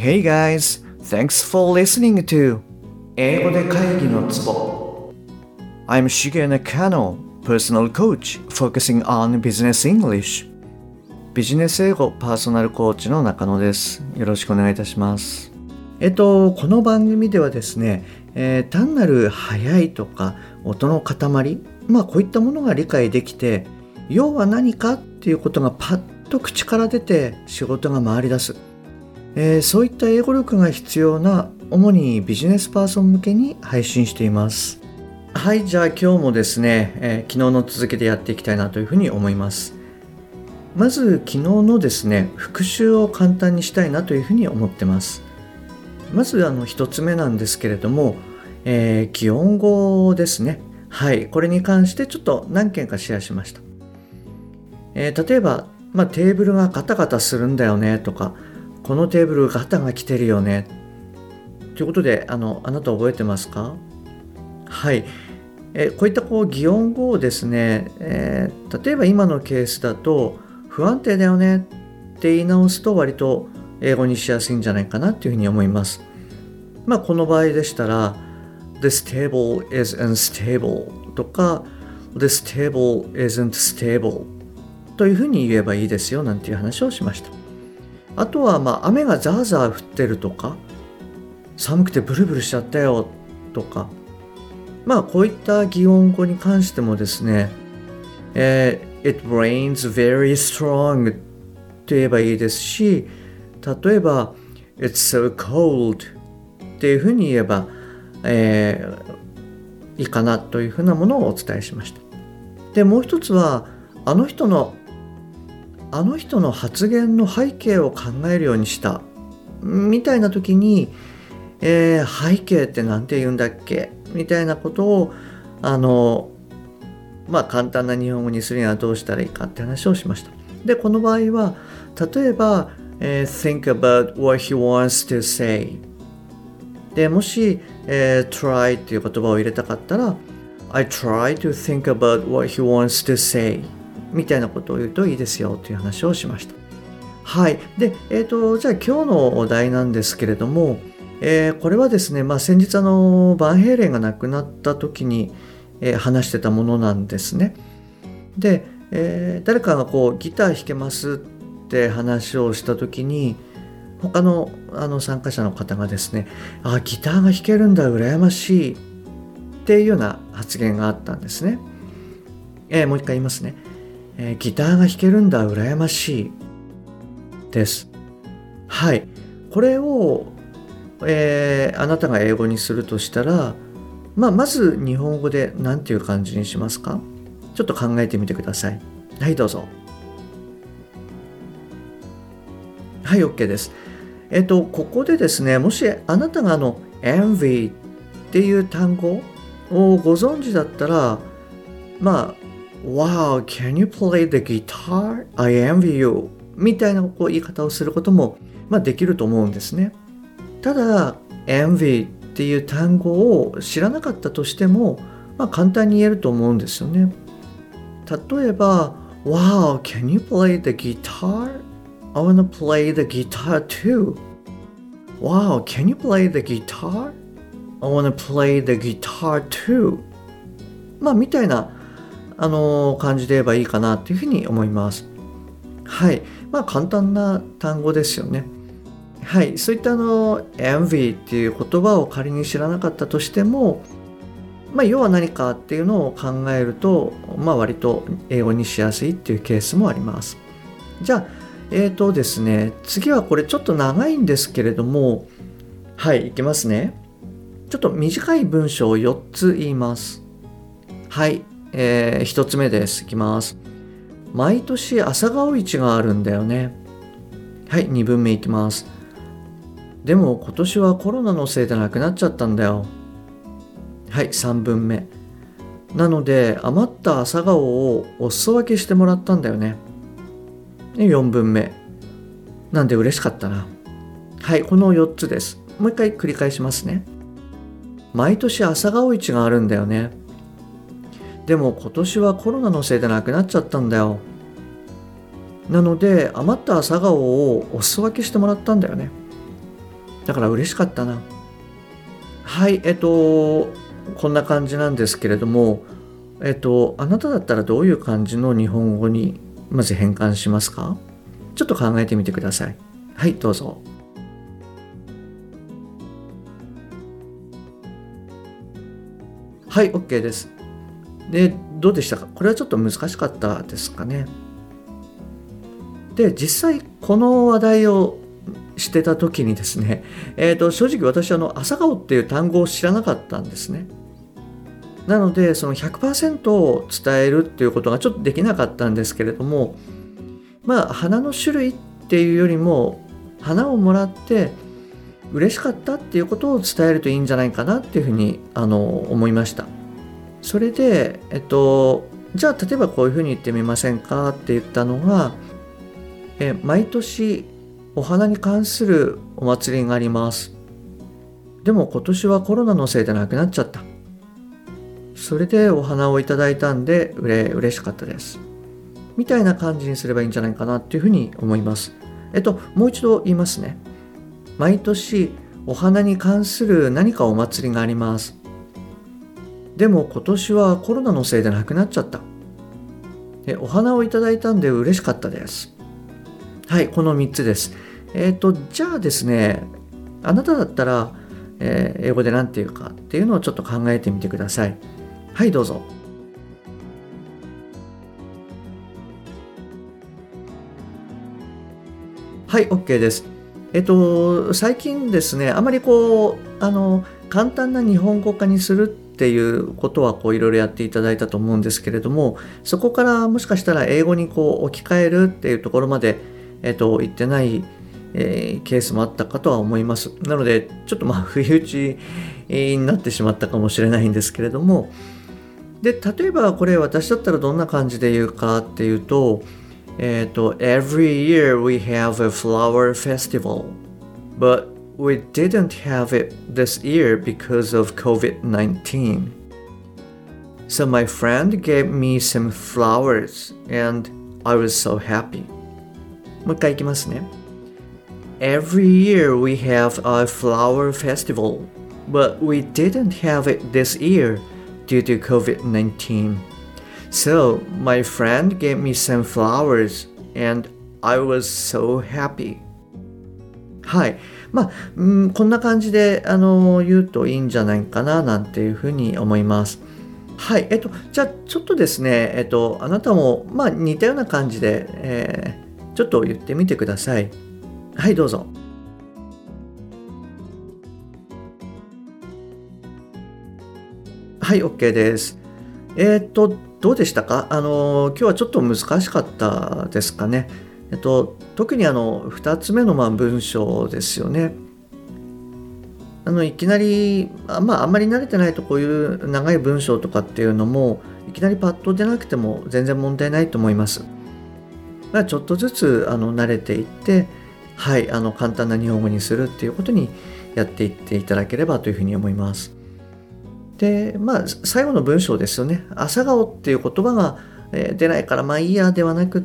Hey guys, thanks for listening to 英語で会議のツボ I'm Shige Nakano, personal coach focusing on business English ビジネス英語パーソナルコーチの中野です。よろしくお願いいたします。この番組ではですね、単なる速いとか音の塊、こういったものが理解できて、要は何かっていうことがパッと口から出て仕事が回り出す。そういった英語力が必要な主にビジネスパーソン向けに配信しています。はい、じゃあ今日もですね、昨日の続きでやっていきたいなというふうに思います。まず昨日のですね、復習を簡単にしたいなというふうに思ってます。まず一つ目なんですけれども、擬音語ですね。はい、これに関してちょっと何件かシェアしました。例えば、テーブルがガタガタするんだよねとか、このテーブルガタが来てるよねということで、あなた覚えてますか？はい、こういった擬音語をですね、例えば今のケースだと不安定だよねって言い直すと割と英語にしやすいんじゃないかなというふうに思います。この場合でしたら This table is unstable とか This table isn't stable というふうに言えばいいですよなんていう話をしました。あとは雨がザーザー降ってるとか寒くてブルブルしちゃったよとかこういった擬音語に関してもですね、It rains very strong と言えばいいですし、例えば It's so cold っていうふうに言えば、いいかなというふうなものをお伝えしました。で、もう一つはあの人の発言の背景を考えるようにしたみたいな時に、背景ってなんて言うんだっけみたいなことを簡単な日本語にするにはどうしたらいいかって話をしました。で、この場合は例えば、think about what he wants to say で、もし、try っていう言葉を入れたかったら I try to think about what he wants to say みたいなことを言うといいですよという話をしました。はい。で、じゃあ今日のお題なんですけれども、これはですね、先日バンヘイレンが亡くなった時に、話してたものなんですね。で、誰かがギター弾けますって話をした時に他の参加者の方がですね、ギターが弾けるんだ羨ましいっていうような発言があったんですね。もう一回言いますね。ギターが弾けるんだ羨ましいです。はい。これを、あなたが英語にするとしたら、まず日本語で何ていう感じにしますか？ちょっと考えてみてください。はい、どうぞ。はい、OK です。ここでですね、もしあなたがenvy っていう単語をご存知だったら、Wow, can you play the guitar? I envy you みたいな言い方をすることも、できると思うんですね。ただ、envy っていう単語を知らなかったとしても、簡単に言えると思うんですよね。例えば、Wow, can you play the guitar? I wanna play the guitar too. Wow, can you play the guitar? I wanna play the guitar too. みたいな感じで言えばいいかなというふうに思います。はい。簡単な単語ですよね。はい。そういったenvy っていう言葉を仮に知らなかったとしても、要は何かっていうのを考えると、割と英語にしやすいっていうケースもあります。じゃあ、ですね、次はこれちょっと長いんですけれども、はい、いきますね。ちょっと短い文章を4つ言います。はい、1つ目です。いきます。毎年朝顔市があるんだよね。はい、2文目いきます。でも今年はコロナのせいでなくなっちゃったんだよ。はい、3文目。なので余った朝顔をお裾分けしてもらったんだよね。4文目。なんで嬉しかったな。はい、この4つです。もう一回繰り返しますね。毎年朝顔市があるんだよね。でも今年はコロナのせいでなくなっちゃったんだよ。なので余った朝顔をお裾分けしてもらったんだよね。 だから嬉しかったな。はい、こんな感じなんですけれども、あなただったらどういう感じの日本語にまず変換しますか？ちょっと考えてみてください。はい、どうぞ。はい、OK です。で、どうでしたか？これはちょっと難しかったですかね。で、実際この話題をしてた時にですね、正直私朝顔っていう単語を知らなかったんですね。なのでその 100% を伝えるっていうことがちょっとできなかったんですけれども、花の種類っていうよりも花をもらって嬉しかったっていうことを伝えるといいんじゃないかなっていうふうに思いました。それで、じゃあ例えばこういうふうに言ってみませんかって言ったのが、毎年お花に関するお祭りがあります。でも今年はコロナのせいでなくなっちゃった。それでお花をいただいたんで嬉しかったです。みたいな感じにすればいいんじゃないかなっていうふうに思います。もう一度言いますね。毎年お花に関する何かお祭りがあります。でも今年はコロナのせいでなくなっちゃった。お花をいただいたんで嬉しかったです。はい、この3つです。じゃあですね、あなただったら、英語で何て言うかっていうのをちょっと考えてみてください。はい、どうぞ。はい、OK です。最近ですね、あまり簡単な日本語化にするっていうことはいろいろやっていただいたと思うんですけれども、そこからもしかしたら英語に置き換えるっていうところまで、言ってない、ケースもあったかとは思います。なので、ちょっと不意打ちになってしまったかもしれないんですけれども、で、例えばこれ私だったらどんな感じで言うかっていうと、Every year we have a flower festival, but we didn't have it this year because of COVID-19. So my friend gave me some flowers and I was so happy. もう一回いきますね。Every year we have a flower festival, but we didn't have it this year due to COVID-19.So, my friend gave me some flowers and I was so happy. はい。こんな感じで、言うといいんじゃないかななんていうふうに思います。はい。じゃあ、ちょっとですね、あなたも、似たような感じで、ちょっと言ってみてください。はい、どうぞ。はい、OK です。どうでしたか？今日はちょっと難しかったですかね。特に2つ目の文章ですよね。いきなり、あんまり慣れてないとこういう長い文章とかっていうのも、いきなりパッと出なくても全然問題ないと思います。ちょっとずつ慣れていって、はい、簡単な日本語にするっていうことにやっていっていただければというふうに思います。で、最後の文章ですよね。朝顔っていう言葉が出ないからいいやではなくって、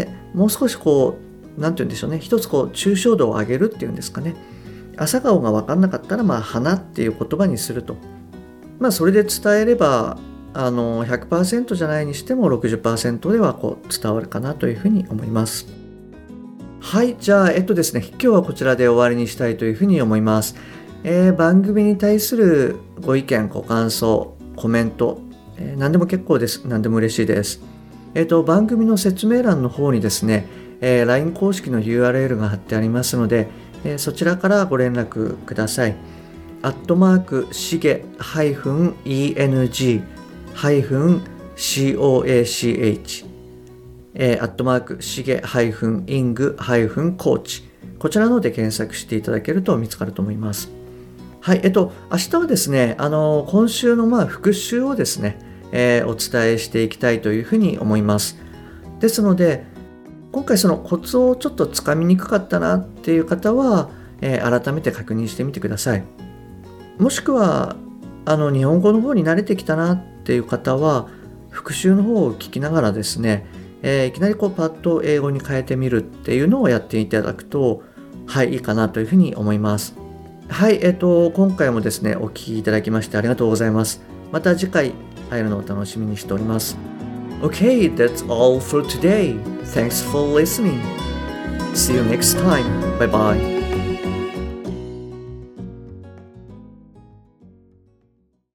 もう少しなんて言うんでしょうね。一つ抽象度を上げるっていうんですかね。朝顔が分かんなかったら花っていう言葉にすると。それで伝えれば100% じゃないにしても 60% では伝わるかなというふうに思います。はい、じゃあですね、今日はこちらで終わりにしたいというふうに思います。番組に対するご意見、ご感想、コメント、何でも結構です。何でも嬉しいです。番組の説明欄の方にですね、LINE 公式の URL が貼ってありますので、そちらからご連絡ください。しげ-eng-coachしげ-ing-coach こちらので検索していただけると見つかると思います。はい、明日はですね、今週の復習をですね、お伝えしていきたいというふうに思います。ですので、今回そのコツをちょっとつかみにくかったなっていう方は、改めて確認してみてください。もしくは、日本語の方に慣れてきたなっていう方は、復習の方を聞きながらですね、いきなりパッと英語に変えてみるっていうのをやっていただくと、はい、いいかなというふうに思います。 はい、今回もですね、お聞きいただきましてありがとうございます。また次回会えるのを楽しみにしております。Okay, that's all for today. Thanks for listening. See you next time. Bye bye.